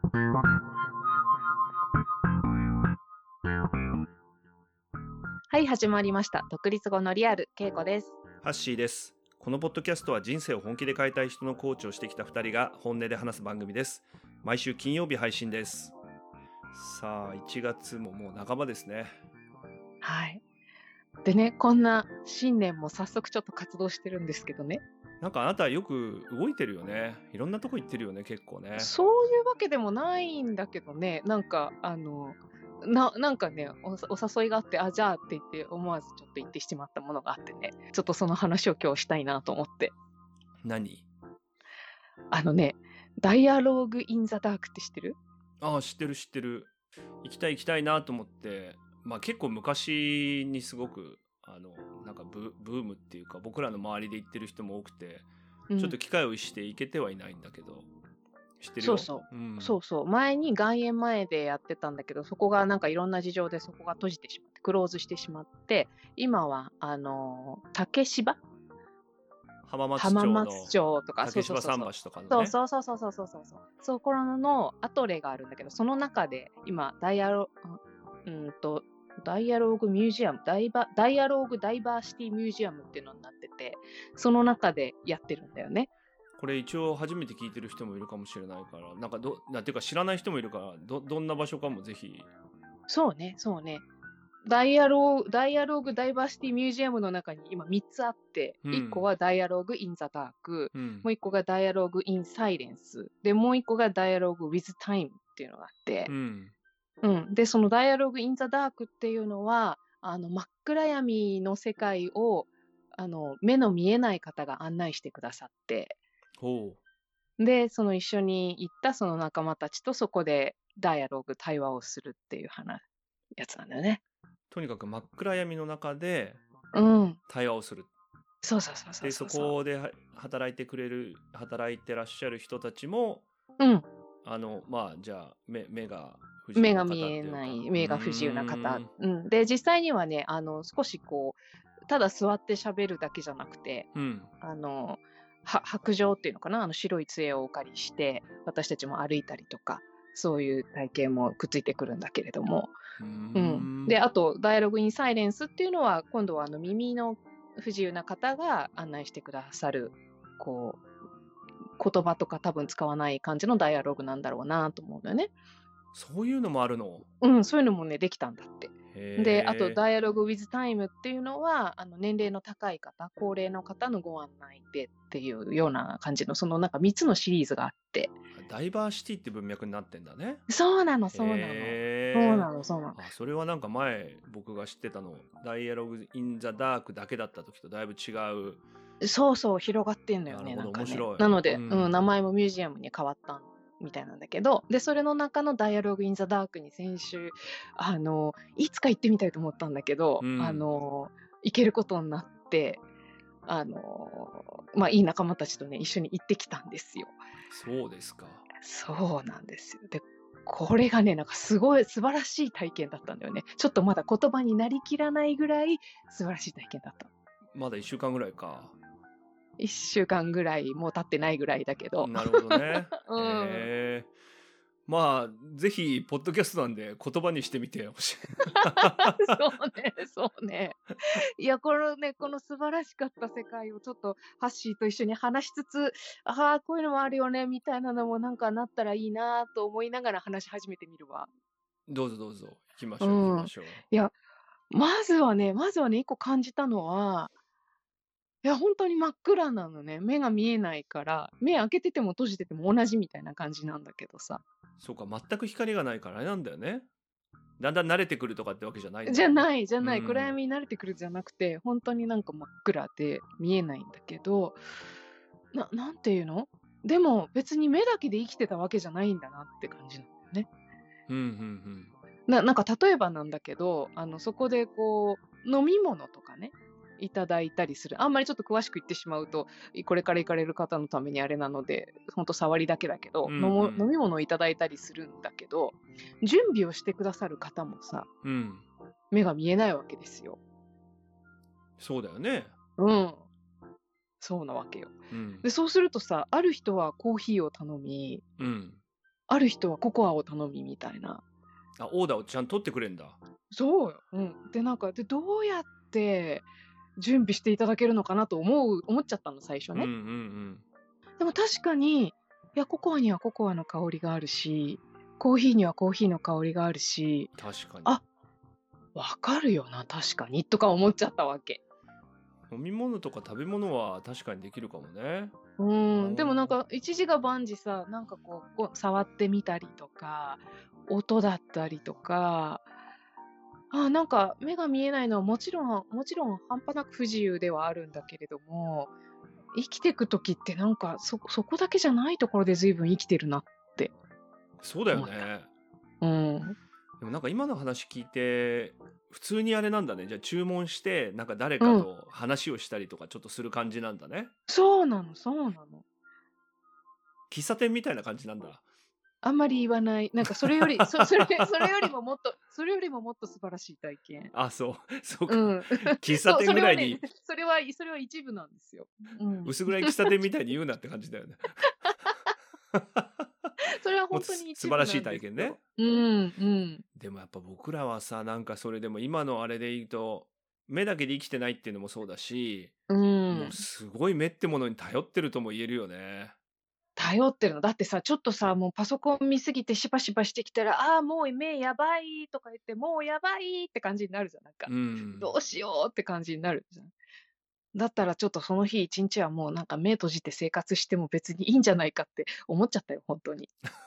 はい、始まりました。独立後のリアル、けいこです。 ハッシーです。このポッドキャストは人生を本気で変えたい人のコーチをしてきた2人が本音で話す番組です。毎週金曜日配信です。さあ、1月ももう半ばですね。 はい。でね、こんな新年も早速ちょっと活動してるんですけどね。 なんかあなたよく動いてるよね。いろんなとこ行ってるよね、結構ね。 そういうわけでもないんだけどね、なんかなんかね、お誘いがあって、じゃあって言って思わずちょっと言ってしまったものがあってね、ちょっとその話を今日したいなと思って。 何？ あのね、ダイアローグ・イン・ザ・ダークって知ってる？ ああ、知ってる。行きたいなと思って、結構昔にすごくなんかブームっていうか、僕らの周りで行ってる人も多くて、ちょっと機会を逸して行けてはいないんだけど、知ってるよ。 そうそう。 うん。 そうそう。前に外苑前でやってたんだけど、そこがなんかいろんな事情でそこが閉じてしまって、クローズしてしまって、今は、竹芝浜松浜松町の町とか、そう竹芝桟そうそうそう。 橋とかのそうね。 そうそうそうそうそうそうそう。そこのアトレがあるんだけど、その中で今、ダイアローグミュージアム、ダイアローグダイバーシティミュージアムっていうのになってて、その中でやってるんだよね。 これ一応初めて聞いてる人もいるかもしれないから、なんていうか知らない人もいるから、どんな場所かもぜひ。 そうね、そうね。ダイアローグダイバーシティミュージアムの中に今3つあって、1個はダイアローグインザダーク、もう1個がダイアローグインサイレンス、で、もう1個がダイアローグウィズタイムっていうのがあって、で、そのダイアローグインザダークっていうのは、真っ暗闇の世界を、目の見えない方が案内してくださって、で、その一緒に行ったその仲間たちとそこでダイアローグ、対話をするっていうやつなんだよね。 とにかく真っ暗闇の中で対話をする。 そうそうそうで、そこで働いてらっしゃる人たちも、じゃあ目が不自由な方っていうか、 目が不自由な方。で、実際にはね、少しただ座って喋るだけじゃなくて、白杖っていうのかな、白い杖をお借りして、私たちも歩いたりとか、そういう体験もくっついてくるんだけれども。で、あと、ダイアログインサイレンスっていうのは、今度は耳の不自由な方が案内してくださる、言葉とか多分使わない感じのダイアログなんだろうなと思うんだよね。 そういうのもあるの？ そういうのもね、できたんだって。で、あと、ダイアログウィズタイムっていうのは、年齢の高い方、高齢の方のご案内でっていうような感じの、そのなんか3つのシリーズがあって。 ダイバーシティって文脈になってんだね。 そうなの。それはなんか前僕が知ってたの、ダイアログインザダークだけだった時とだいぶ違う。 そうそう、広がってんのよね。 なるほど、面ね。 白い。 なので、名前もミュージアムに変わったみたいなんだけど、で、それの中のダイアログインザダークに先週、いつか行ってみたいと思ったんだけど、行けることになって、いい仲間たちとね、一緒に行ってきたんですよ。 そうですか。 そうなんですよ。で、これがね、なんかすごい素晴らしい体験だったんだよね。ちょっとまだ言葉になりきらないぐらい素晴らしい体験だった。 まだ1週間ぐらいか。 1週間ぐらいもう経ってないぐらいだけど。 なるほどね。ぜひポッドキャストなんで言葉にしてみてほしい。 そうね。いや、この素晴らしかった世界をちょっとハッシーと一緒に話しつつ、こういうのもあるよねみたいなのもなんかなったらいいなと思いながら話し始めてみるわ。 どうぞ行きましょう。 いや、まずはね、一個感じたのは、いや、本当に真っ暗なのね。目が見えないから、目開けてても閉じてても同じみたいな感じなんだけどさ。 そうか、全く光がないからあれなんだよね。だんだん慣れてくるとかってわけじゃないんだ。 じゃない。暗闇に慣れてくるじゃなくて、本当になんか真っ暗で見えないんだけど、なんていうの？でも別に目だけで生きてたわけじゃないんだなって感じなんだよね。なんか例えばなんだけど、そこで飲み物とかね、いただいたりする。あんまりちょっと詳しく言ってしまうと、これから行かれる方のためにあれなので、ほんと触りだけだけど、飲み物をいただいたりするんだけど、準備をしてくださる方もさ、目が見えないわけですよ。 そうだよね。 そうなわけよ。で、そうするとさ、ある人はコーヒーを頼み、 ある人はココアを頼みみたいな。 あ、オーダーをちゃんと取ってくれんだ。 そうよ。うん。で、なんか、で、どうやって準備していただけるのかなと思っちゃったの、最初ね。 うんうんうん。 でも確かに、いや、ココアにはココアの香りがあるし、コーヒーにはコーヒーの香りがあるし、 確かに。 あ、わかるよな、確かに、とか思っちゃったわけ。 飲み物とか食べ物は確かにできるかもね。 でもなんか、一時が万事さ、なんかこう触ってみたりとか、音だったりとか、なんか目が見えないのはもちろん半端なく不自由ではあるんだけれども、生きてく時ってなんか、そこだけじゃないところで随分生きてるなってそうだよ思った。 ね。 うん。 でもなんか今の話聞いて普通にあれなんだね。じゃあ注文してなんか誰うん。 かと話をしたりとかちょっとする感じなんだね。 そうなのそうなの。 喫茶店みたいな感じなんだ。 あんまり言わない。なんかそれよりそれよりももっと素晴らしい体験。 あ、そう。そうか。 うん。 喫茶そう、それはね、 店ぐらいにそれは一部なんですよ。うん。 薄暗い喫茶店みたいに言うなって感じだよね。 それはもうほんとに素晴らしい一部なん体験ね。 ですよ。うん、うん。 でもやっぱ僕らはさ、なんかそれでも今のあれで言うと、目だけで生きてないっていうのもそうだし、 うもうん。 すごい目ってものに頼ってるとも言えるよね。 頼ってるの。だってさ、ちょっとさ、もうパソコン見すぎてシバシバしてきたら、ああ、もう目やばいとか言って、もうやばいって感じになるじゃん、なんか。 うん。 どうしようって感じになるじゃん。だったらちょっとその日一日はもうなんか目閉じて生活しても別にいいんじゃないかって思っちゃったよ、ほんとに。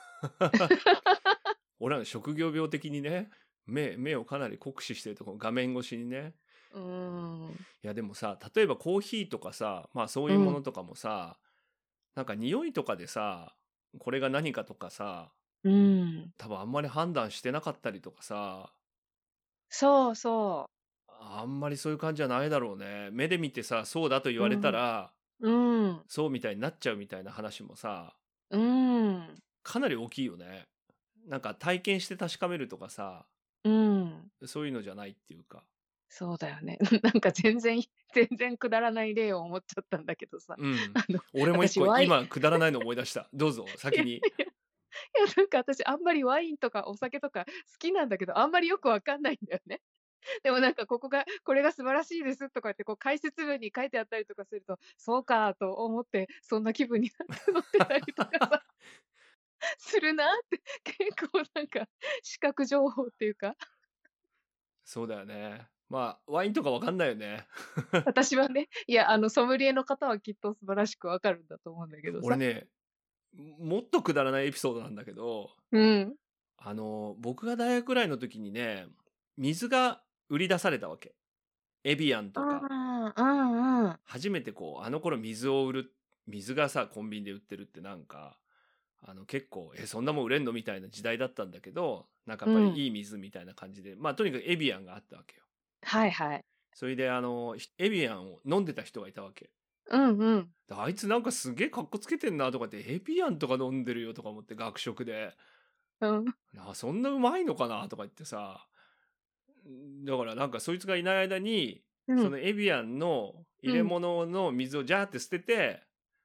俺らの職業病的にね、目をかなり酷使してるとこ画面越しにね。 うーん。 いやでもさ、例えばコーヒーとかさ、まあそういうもうん。 のとかもさ、なんか匂いとかでさ、これが何かとかさ、 うーん。 多分あんまり判断してなかったりとかさ、 そうそう。 あんまりそういう感じじゃないだろうね。目で見てさ、そうだと言われたうん。 ら、 うーん。 そうみたいになっちゃうみたいな話もさ、 うーん。 かなり大きいよね。なんか体験して確かめるとかさ、 うーん。 そういうのじゃないっていうか。 そうだよね。なんか全然くだらない例を思っちゃったんだけどさ、 うん。 あの、 俺も一個私ワイン今くだらないの思い出した。どうぞ、 いや先に。 いや、いやなんか私あんまりワインとかお酒とか好きなんだけど、あんまりよくわかんないんだよね。でもなんかこれが素晴らしいですとかってこう解説文に書いてあったりとかすると、そうかと思って、そんな気分になって乗ってたりとかさ、するなって、結構なんか視覚情報っていうか、 そうだよね。まあ、ワインとかわかんないよね。 私はね、いや、ソムリエの方はきっと素晴らしくわかるんだと思うんだけどさ。 俺ね、もっとくだらないエピソードなんだけど、 うん。 僕が大学ぐらいの時にね、水が売り出されたわけ。エビアンあとか。 あ、うんうん。 初めてこう、あの頃水を売る、水がさ、コンビニで売ってるってなんか、結構、そんなもん売れんのみたいな時代だったんだけど、なんかやっぱりうん。 いい水みたいな感じで、まあとにかくエビアンがあったわけよ。 はいはい。 それでエビアンを飲んでた人がいたわけ。 うんうん。 であいつなんかすげえかっこつけてんなとかって、エビアンとか飲んでるよとか思って学食で。 うん。 そんなうまいのかなとか言ってさ、だからなんかそいつがいない間に、 うん。 そのエビアンの入れうん。 物の水をジャーって捨てて、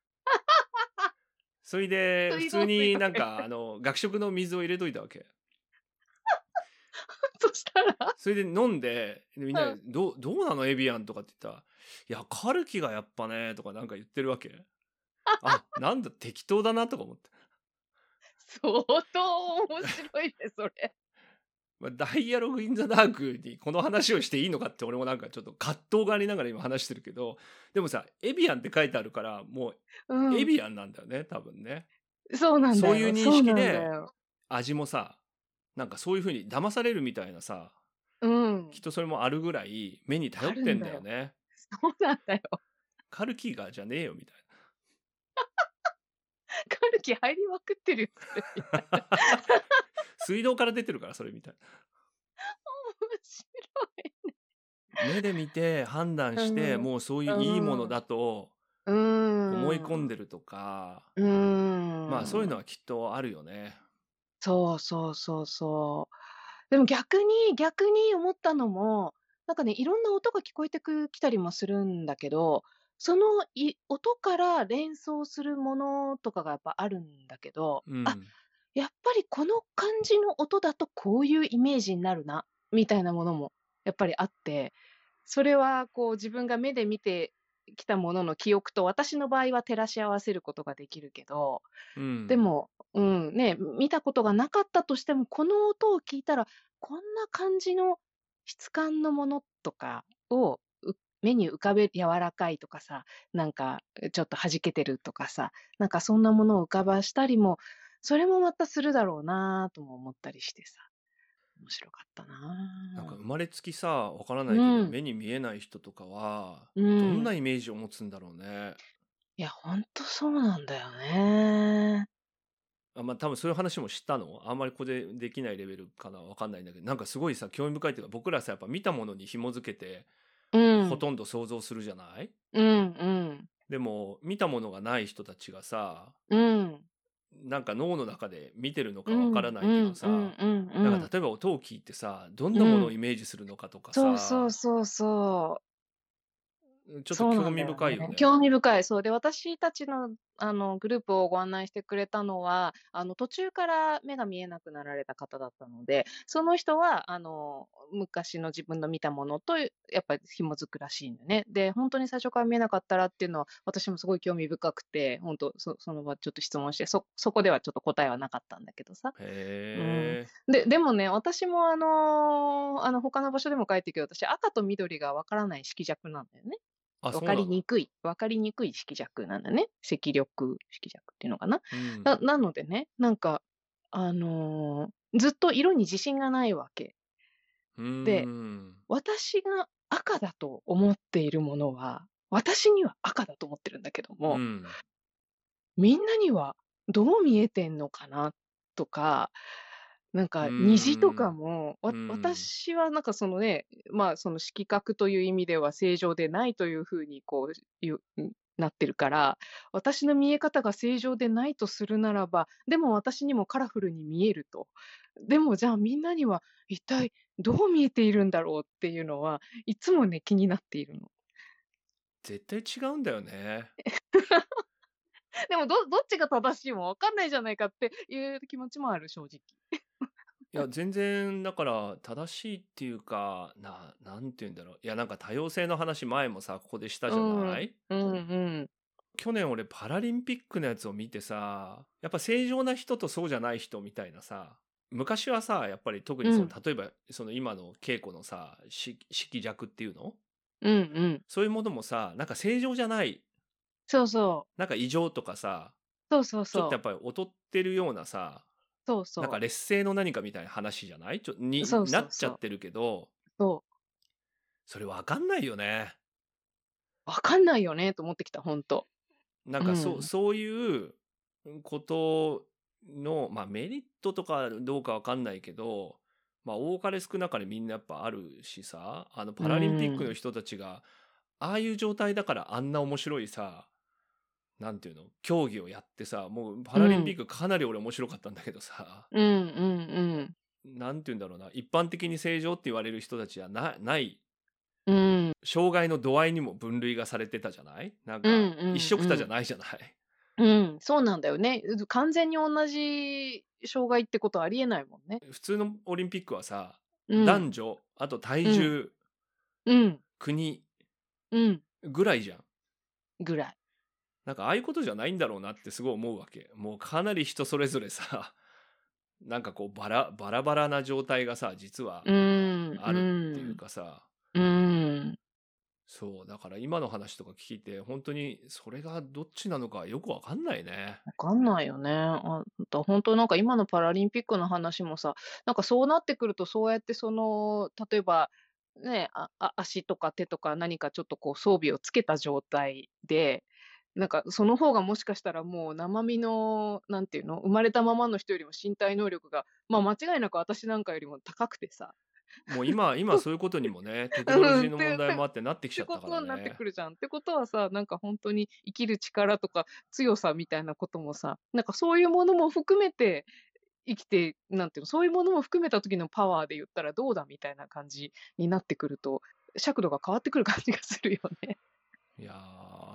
それで普水道水通にとか言って。 学食の水を入れといたわけ。 そしたらそれで飲んで、みんなでうん。 どうなのエビアンとかって言ったら、いや、カルキがやっぱね、とかなんか言ってるわけ。あ、なんだ、適当だなとか思って。 相当面白いね、それ。 まあ、ダイアログ・イン・ザ・ダークにこの話をしていいのかって俺もなんかちょっと葛藤がありながら今話してるけど、でもさ、エビアンって書いてあるから、もううん。 エビアンなんだよね、多分ね。 そうなんだよ。 そういう認そうなんだ識でよ。 味もさ、なんかそういう風に騙されるみたいなさ、 うん。 きっとそれもあるぐらい目に頼あってんるんだよ。 だよね。 そうなんだよ。 カルキがじゃねえよみたいカルキ入りまくってるよ、それみたいな。 な。水道から出てるからそれみたいな。 面白い。 目で見て判断うして、 ん。 もうそういういいものうん。 だとうー思い込んん。 でるとか、 うーまあそういうのん。 はきっとあるよね。 そうそうそうそう。でも逆に思ったのも、なんかね、いろんな音が聞こえてきたりもするんだけど、その音から連想するものとかがやっぱあるんだけど、 うん。 やっぱりこの感じの音だとこういうイメージになるな、みたいなものもやっぱりあって、それはこう自分が目で見てきたものの記憶と私の場合は照らし合わせることができるけど、 うん。 でも、ね、見たことがなかったとしても、この音を聞いたら、こんな感じの質感のものとかを、目に浮かべ柔らかいとかさ、なんか、ちょっと弾けてるとかさ、なんかそんなものを浮かばしたりも、それもまたするだろうなとも思ったりしてさ、面白かったなんかな。 生まれつきさ、わからなういけど、 ん、 目に見えない人とかは、 うどんなん。 イメージを持つんだろうね。 いや、ほんとそうなんだよね。 まあ多分そういう話もしたのあんまりここでできないレベルかなわかんないんだけど、なんかすごいさ、興味深いっていうか、僕らさ、やっぱ見たものに紐づけて、 うん、 ほとんど想像するじゃない。 うん、うん、 でも、見たものがない人たちがさ、 うん。 なんか脳の中で見てるのうん、 かわからなうん、 いけどうん、 さ、 うん、うん。 なんか例えば音を聞いてさ、どんうなものをん。 イメージするのかとかそうそうさ、 そうそう。 ちょっとそうな興味んだよね。 深いよね。 興味深い。そう。で、私たちの、グループをご案内してくれたのは、途中から目が見えなくなられた方だったので、その人は、昔の自分の見たものと、やっぱり紐づくらしいんだよね。で、本当に最初から見えなかったらっていうのは、私もすごい興味深くて、本当その場ちょっと質問して、そこではちょっと答えはなかったんだけどさ。うん。 へえ。 でもね、私も他の場所でも書いてるけど、私赤と緑がわからない色弱なんだよね。 あ、 分かそうなの。 りにくい分かりにくい色弱なんだね。赤緑色弱っていうのかな。 うん。 なのでね、なんか、ずっと色に自信がないわけ。 うーで、 ん。 私が赤だと思っているものは、私には赤だと思ってるんだけども、 うん。 みんなにはどう見えてんのかなとか、なんうーか虹とかん。 も、 うん。 私はなんかそのね、まあ、その色覚という意味では正常でないという風にこう、なってるから、私の見え方が正常でないとするならば、でも私にもカラフルに見えると。でもじゃあみんなには一体どう見えているんだろうっていうのは、いつもね、気になっているの。 絶対違うんだよね。 でもどっちが正しいもわかんないじゃないかっていう気持ちもある、正直。 いや、全然だから正しいっていうか、なんて言うんだろう。いや、なんか多様性の話前もさ、ここでしたじゃうん、うんない。 うん。 去年俺パラリンピックのやつを見てさ、やっぱ正常な人とそうじゃない人みたいなさ、昔はさ、やっぱり特にその、 うん、 例えばその今の稽古のさ、色弱っていうの、 うんうん。 そういうものもさ、なんか正常じゃない、 そうそう。 なんか異常とかさ、 そうそうちょっとそう。 やっぱり劣ってるようなさ、なんかそうそ劣勢の何かみたいな話じゃないう。そうなそうそう。 っちゃってるけど、 そう。 それわかんないよね。 わかんないよねと思ってきた、ほんと。 なんかうん。 そういうことの、まあメリットとかどうかわかんないけど、まあ多かれ少なかれみんなやっぱあるしさ、 うパラリンピックのん。 人たちが、ああいう状態だからあんな面白いさ、なんていうの、競技をやってさ、もうパラリンピッうん。 クかなり俺面白かったんだけどさ、 うんうんうん。 なんていうんだろうな、一般的に正常って言われる人たちはないうん。 障害の度合いにも分類がされてたじゃない。なんうんか一うんうん。 緒くたじゃないじゃない。 うん、そうなんだよね。完全に同じ障害ってことありえないもんね。 普通のオリンピックはさ、 うん。 男女、あと体うん。 重、 うん。 国うん。 ぐらいじゃん。 ぐらい。 なんかああいうことじゃないんだろうなってすごい思うわけ。もうかなり人それぞれさ、なんかこうバラバラな状態がさ、実はうーん、 あるっていううん。 かさ、 うーん。 そう、だから今の話とか聞いて、本当にそれがどっちなのかよくわかんないね。 わかんないよね。本当なんか今のパラリンピックの話もさ、なんかそうなってくると、そうやって例えば、ね、足とか手とか何かちょっとこう装備をつけた状態で、なんかその方がもしかしたらもう生身の、なんていうの、生まれたままの人よりも身体能力が、ま、間違いなく私なんかよりも高くてさ。 もう今そういうことにもね、テクノロうん、 ジーの問題もあってなってきちゃったかことになってらね。 くるじゃん。ってことはさ、なんか本当に生きる力とか強さみたいなこともさ、なんかそういうものも含めて生きて、なんていうの、そういうものも含めた時のパワーで言ったらどうだみたいな感じになってくると、尺度が変わってくる感じがするよね。 いや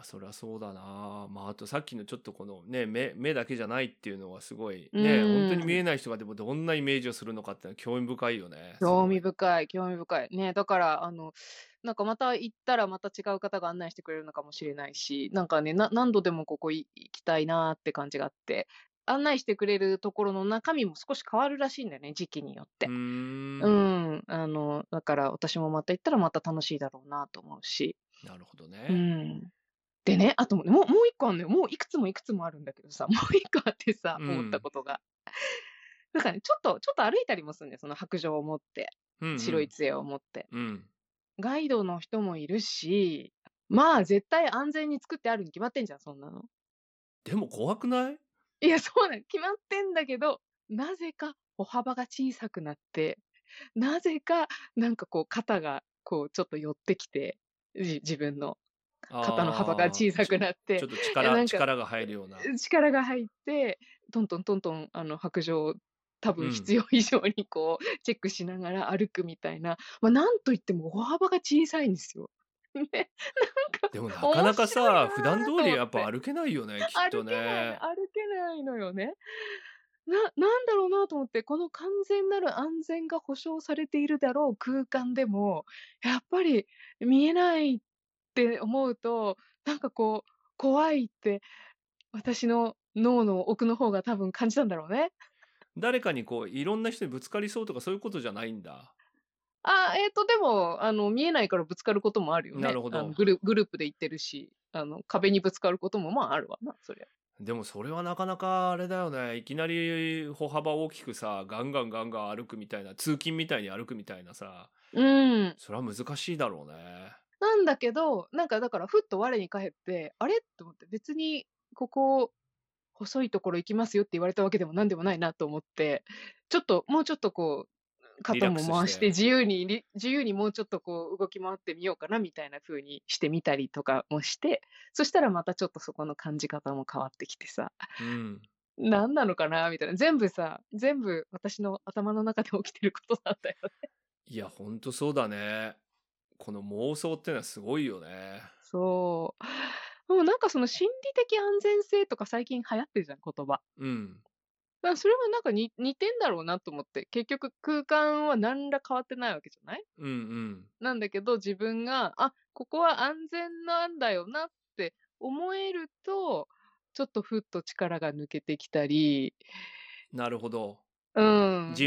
そりゃそうだな。まああとさっきのちょっとこのね、目だけじゃないっていうのはすごいね、本当に見ん。 えない人がでもどんなイメージをするのかってのは興味深いよね。す興ごい。 味深い、興味深い。ね、だから、なんかまた行ったらまた違う方が案内してくれるのかもしれないし、なんかね、何度でもここ行きたいなって感じがあって、案内してくれるところの中身も少し変わるらしいんだよね、時期によっうーて。うん。 ん、だから私もまた行ったらまた楽しいだろうなと思うし。 なるほどうね。 ん。でね、あともう一個あんのよ。もういくつもいくつもあるんだけどさ、もう一個あってさ、思ったうん。 ことが。なんかね、ちょっと歩いたりもすんね、その白杖を持って、 うんうん。 白い杖を持って。 うん。 ガイドの人もいるし、まあ、絶対安全に作ってあるに決まってんじゃん、そんなの。 でも怖くない？ いや、そうなの、決まってんだけど、なぜか歩幅が小さくなって、なぜか、なんかこう肩がこうちょっと寄ってきて、自分の肩の幅がああ、 小さくなって、 ちょっとなんか力が入るような。 力が入って、トントントントン、白杖を多うん。 分必要以上にこうチェックしながら歩くみたいな、ま、なんといっても歩幅が小さいんですよ。ね、なんかでもなか面なか白いさ、普段な通りやっぱと思って。 歩けないよね、きっと歩けないのね。 歩けないのよね。なんだろうなと思って、この完全なる安全が保証されているだろう空間でも、やっぱり見えないって思うと、なんかこう、怖いって私の脳の奥の方が多分感じたんだろうね。 誰かにこういろんな人にぶつかりそうとかそういうことじゃないんだ。 でも、見えないからぶつかることもあるよね。 なるほど。 グループで行ってるし、壁にぶつかることも、まあ、あるわな、そりゃ。 でもそれはなかなかあれだよね。いきなり歩幅大きくさ、ガンガンガンガン歩くみたいな、通勤みたいに歩くみたいなさ、 うん。 それは難しいだろうね。 なんだけど、なんかだからふっと我に返って、あれ？と思って、別にここ、細いところ行きますよって言われたわけでもなんでもないなと思って、もうちょっとこう、肩リラックも回してスして。 自由にもうちょっとこう動き回ってみようかなみたいな風にしてみたりとかもして、そしたらまたちょっとそこの感じ方も変わってきてさ、 うん。 なんなのかなみたいな。全部私の頭の中で起きてることなんだよね。 いや、ほんとそうだね。この妄想ってのはすごいよね。 そう。もうなんかその心理的安全性とか最近流行ってるじゃん、言葉。 うん。 それはなんか似てんだろうなと思って、結局空間は何ら変わってないわけじゃない？ うんうん。 なんだけど、自分が、ここは安全なんだよなって思えると、ちょっとふっと力が抜けてきたり、 なるほど。 うん。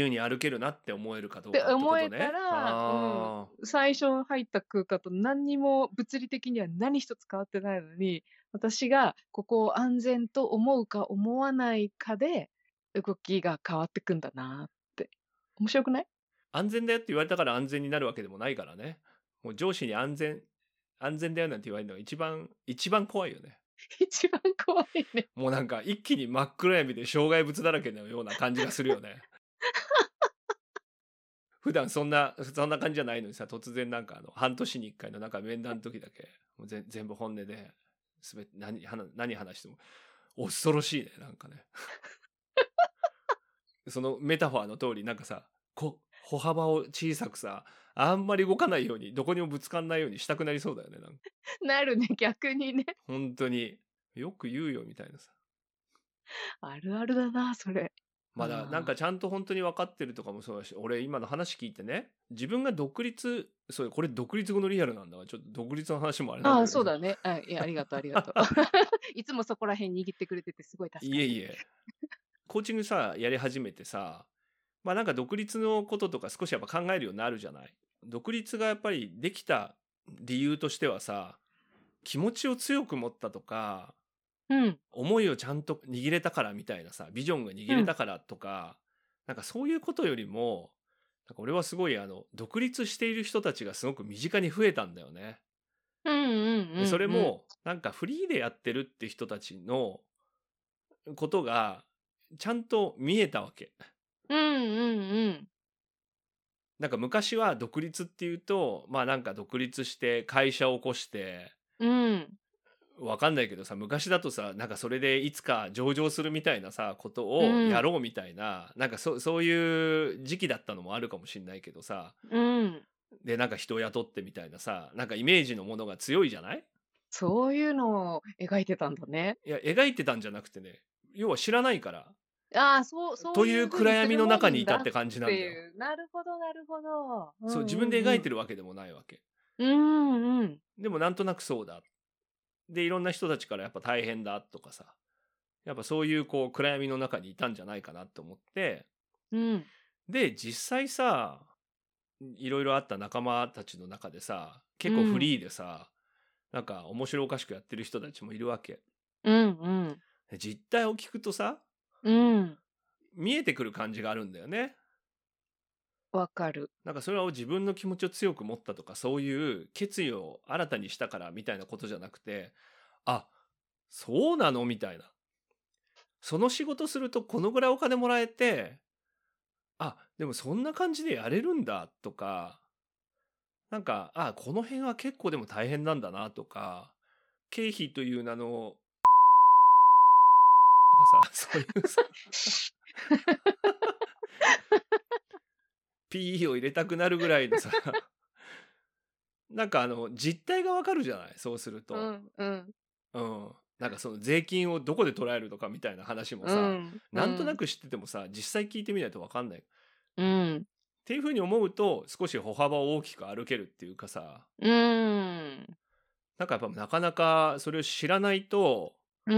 自由に歩けるなって思えるかどうってかってこ思えたとね。 ら、 ああ。 最初入った空間と何にも物理的には何一つ変わってないのに、私がここを安全と思うか思わないかで、動きが変わってくんだなって。面白くない？ 安全だよって言われたから安全になるわけでもないからね。もう上司に安全だよなんて言われるのが一番怖いよね。 一番怖いね。 もうなんか一気に真っ暗闇で障害物だらけのような感じがするよね。普段そんな感じじゃないのにさ、突然なんか半年に一回のなんか面談の時だけ、もう全部本音で、すべて何話しても、恐ろしいね、なんかね。そのメタファーの通り、なんかさ、歩幅を小さくさ、あんまり動かないように、どこにもぶつかんないようにしたくなりそうだよね、なんか。 なるね、逆にね。 本当に。よく言うよ、みたいなさ。 あるあるだな、それ。 まだなんかちゃんと本当に分かってるとかもそうだし、俺今の話聞いてね、自分がこれ独立後のリアルなんだわ。ちょっと独立の話もあれなんだけどさ。 そうだね。いや、ありがとうありがとう。いつもそこら辺握ってくれててすごい助かる。 いえいえ。コーチングさ、やり始めてさ、まあなんか独立のこととか少しやっぱ考えるようになるじゃない。独立がやっぱりできた理由としてはさ、気持ちを強く持ったとか、 うん、 思いをちゃんと握れたからみたいなさ、ビジョンが握れうん。 たからとか、なんかそういうことよりも、なんか俺はすごい独立している人たちがすごく身近に増えたんだよね。 うんうんで、それうんうん。 も、なんかフリーでやってるって人たちのことが、ちゃんと見えたわけ。 うんうんうん。 なんか昔は独立っていうと、まあなんか独立して会社を起こして、 うん。 わかんないけどさ、昔だとさ、なんかそれでいつか上場するみたいなさ、ことうをやん。 ろうみたいな、なんかそういう時期だったのもあるかもしんないけどさ、 うん。 で、なんか人を雇ってみたいなさ、なんかイメージのものが強いじゃない？ そういうのを描いてたんだね。 いや、描いてたんじゃなくてね、要は知らないから、 ああ、そうといいう風にすう暗闇るもの中にいんだったって感じなんだよ。 ていう。なるほどなるほど。うそう、自ん分でうんうん。 描いてるわけでもないわけ。 うんうん。 でもなんとなくそうだ。で、いろんな人たちからやっぱ大変だとかさ、やっぱそういうこう暗闇の中にいたんじゃないかなと思って、 うん。 で、実際さ、いろいろあった仲間たちの中でさ、結構フうん。 リーでさ、なんか面白おかしくやってる人たちもいるわけ。 うんうん。 で実態を聞くとさ、 うん。 見えてくる感じがあるんだよね。 わかる。 なんかそれは自分の気持ちを強く持ったとか、そういう決意を新たにしたからみたいなことじゃなくて、あ、そうなのみたいな。その仕事するとこのぐらいお金もらえて、あ、でもそんな感じでやれるんだとか、なんか、あ、この辺は結構でも大変なんだなとか、経費という名の、とかさ、そういうさ、P を入れたくなるぐらいのさ、なんか実態がわかるじゃない、そうすると。 うんうん。 うん。なんかその税金をどこで捉えるのかみたいな話もさ、 うんうなんとなん。 く知っててもさ、実際聞いてみないとわかんない。っうん。 ていうふうに思うと、少し歩幅を大きく歩けるっていうかさ、 うん。 なんかやっぱなかなかそれを知らないと、 うん。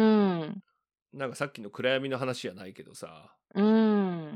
なんかさっきの暗闇の話じゃないけどさ、 うん。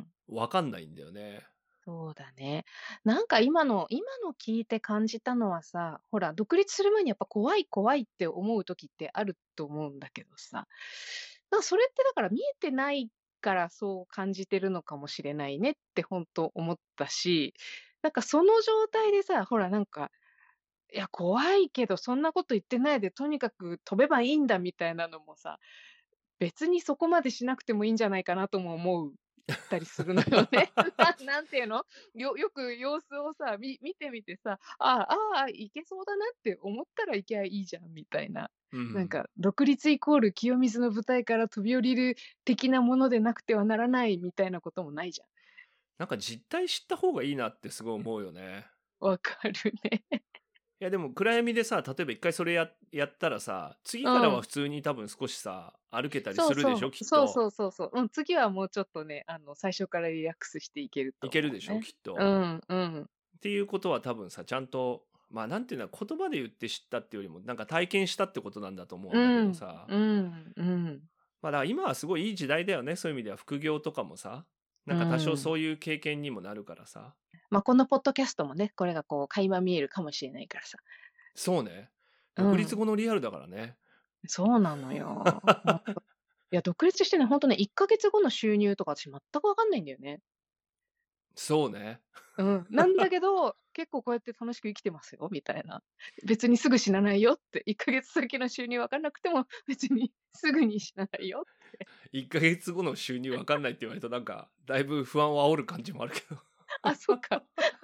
わかんないんだよね。 そうだね。なんか今の聞いて感じたのはさ、ほら、独立する前にやっぱ怖い怖いって思う時ってあると思うんだけどさ、それってだから見えてないからそう感じてるのかもしれないねって本当思ったし、なんかその状態でさ、ほらなんか、いや怖いけどそんなこと言ってないでとにかく飛べばいいんだみたいなのもさ、別にそこまでしなくてもいいんじゃないかなとも思うたりするのよね。なんていうの、よく様子をさ、見てみてさ、いけそうだなって思ったら行きゃいいじゃんみたいな。 うん。 なんか、独立イコール清水の舞台から飛び降りる的なものでなくてはならないみたいなこともないじゃん。 なんか実態知った方がいいなってすごい思うよね。 わかるね。 いやでも暗闇でさ、例えば一回それやったらさ、次うからはん。 普通に多分少しさ、歩けたりそうするでしょ、 そう、そうそきっと。 うそうそう。うん、次はもうちょっとね、最初からリラックスしていけるといけるでしょ、 思うね。 きっと。 うんうん。 っていうことは多分さ、ちゃんと、まあなんていうの、言葉で言って知ったっていうよりも、なんか体験したってことなんだと思うんだけどうん、 さ。 うん、うん、 まあだから今はすごいいい時代だよね、そういう意味では副業とかもさ。なうんか多少そん。 ういう経験にもなるからさ。 ま、このポッドキャストもね、これがこう垣間見えるかもしれないからさ。 そうね。独立うん、 後のリアルだからね。 そうなのよ。いや、独立してね、ほんとね、1ヶ月後の収入とか私全くわかんないんだよね。 そうね。 うん。なんだけど、結構こうやって楽しく生きてますよみたいな。別にすぐ死なないよって、1ヶ月先の収入わかんなくても、別にすぐに死なないよ。 1ヶ月後の収入わかんないって言われるとなんか、だいぶ不安を煽る感じもあるけど。 あ、そっか。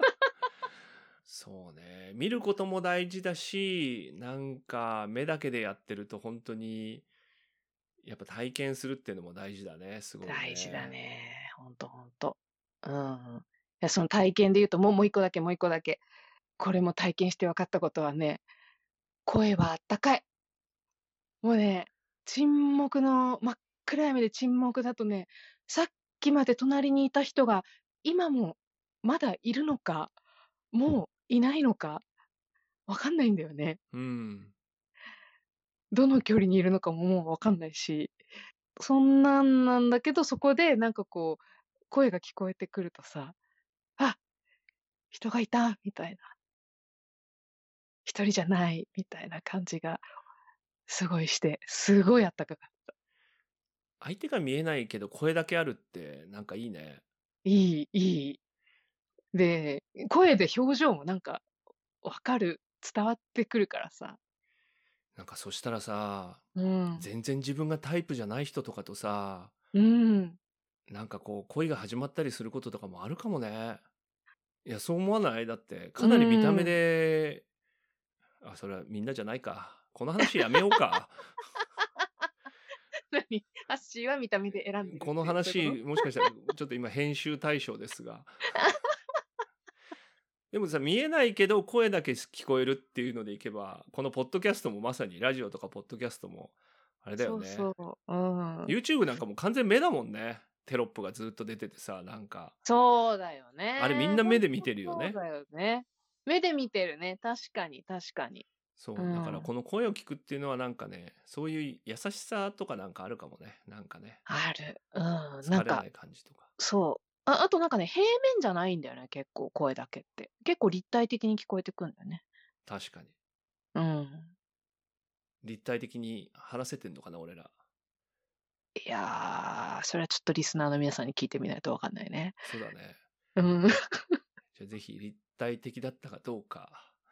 そうね。見ることも大事だし、なんか目だけでやってると本当に、やっぱ体験するっていうのも大事だね。すごい大事だね。 ね。ほんとほんと。うん。いや、その体験で言うと、もう1個だけもう1個だけ。これも体験して分かったことはね、声はあったかい。もうね、沈黙の真っ暗闇で沈黙だとね、さっきまで隣にいた人が、今もまだいるのか、もういないのか、分かんないんだよね。 うん。 どの距離にいるのかももう分かんないし、そんなんなんだけど、そこでなんかこう、声が聞こえてくるとさ、あ、人がいたみたいな、一人じゃないみたいな感じがすごいして、すごいあったかかった。 相手が見えないけど声だけあるってなんかいいね。 いい。で、声で表情もなんか分かる、伝わってくるからさ。 なんかそしたらさ、 うん。 全然自分がタイプじゃない人とかとさ、 うん。 なんかこう恋が始まったりすることとかもあるかもね。いや、そう思わない？だってうかなり見た目ん。 で、あ、それはみんなじゃないか。この話やめようか。 何？ハッシーは見た目で選んでるこのって、そういうこと？ 話、もしかしたらちょっと今編集対象ですが、 でもさ、見えないけど声だけ聞こえるっていうのでいけば、このポッドキャストもまさにラジオとかポッドキャストもあれだよそうね。 そう。 YouTube なんかもう完全目だもんね。テロップがずっと出ててさ、なんか。 そうだよあれみんね。 な目でほんと見てるよね。 そうだよね。目で見てるね。確かに、確かに。 そう。だからこの声を聞くっていうのはなんかね、そういう優しさとかなんかあるかもね。なんかね。 ある。なんか、 疲れない感じとか。 そう。あとなんかね、平面じゃないんだよね、結構声だけって。結構立体的に聞こえてくんだよね。 確かに。立体的に話せてんのかな、俺ら。 いやー、それはちょっとリスナーの皆さんに聞いてみないとわかんないね。 そうだね。 じゃあぜひ立体的だったかどうか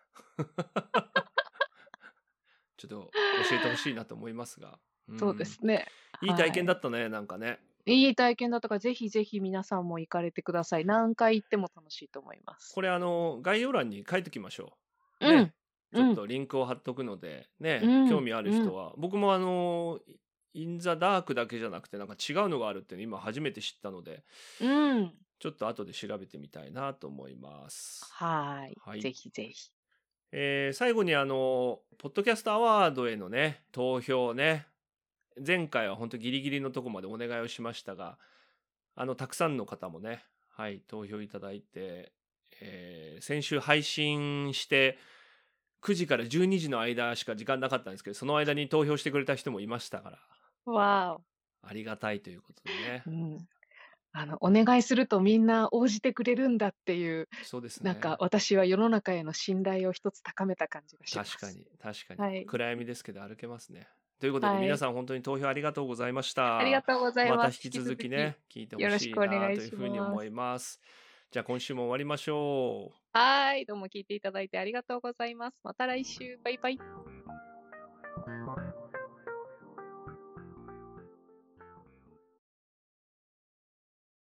ちょっと教えてほしいなと思いますが。 そうですね。 いい体験だったね、なんかね。 いい体験だったから、ぜひぜひ皆さんも行かれてください。何回行っても楽しいと思います。 これ概要欄に書いときましょう。 ね。 ちょっとリンクを貼っとくので、ね、興味ある人は。僕もインザダークだけじゃなくて、なんか違うのがあるって今初めて知ったので、ちょっと後で調べてみたいなと思います。 はい。ぜひぜひ。 最後にポッドキャストアワードへのね、投票ね、前回は本当ギリギリのとこまでお願いをしましたが、たくさんの方もね、はい、投票いただいて、先週配信して9時から12時の間しか時間なかったんですけど、その間に投票してくれた人もいましたから、 わありがたいということでね。 お願いするとみんな応じてくれるんだっていう、 そうですね。 なんか私は世の中への信頼を一つ高めた感じがします。 確かに、暗闇ですけど歩けますね。ということで、皆さん本当に投票ありがとうございました。 ありがとうございます。 また引き続きね、聞いてほしいなというふうに思います。じゃあ今週も終わりましょう。 はい、どうも聞いていただいてありがとうございます。また来週。バイバイ。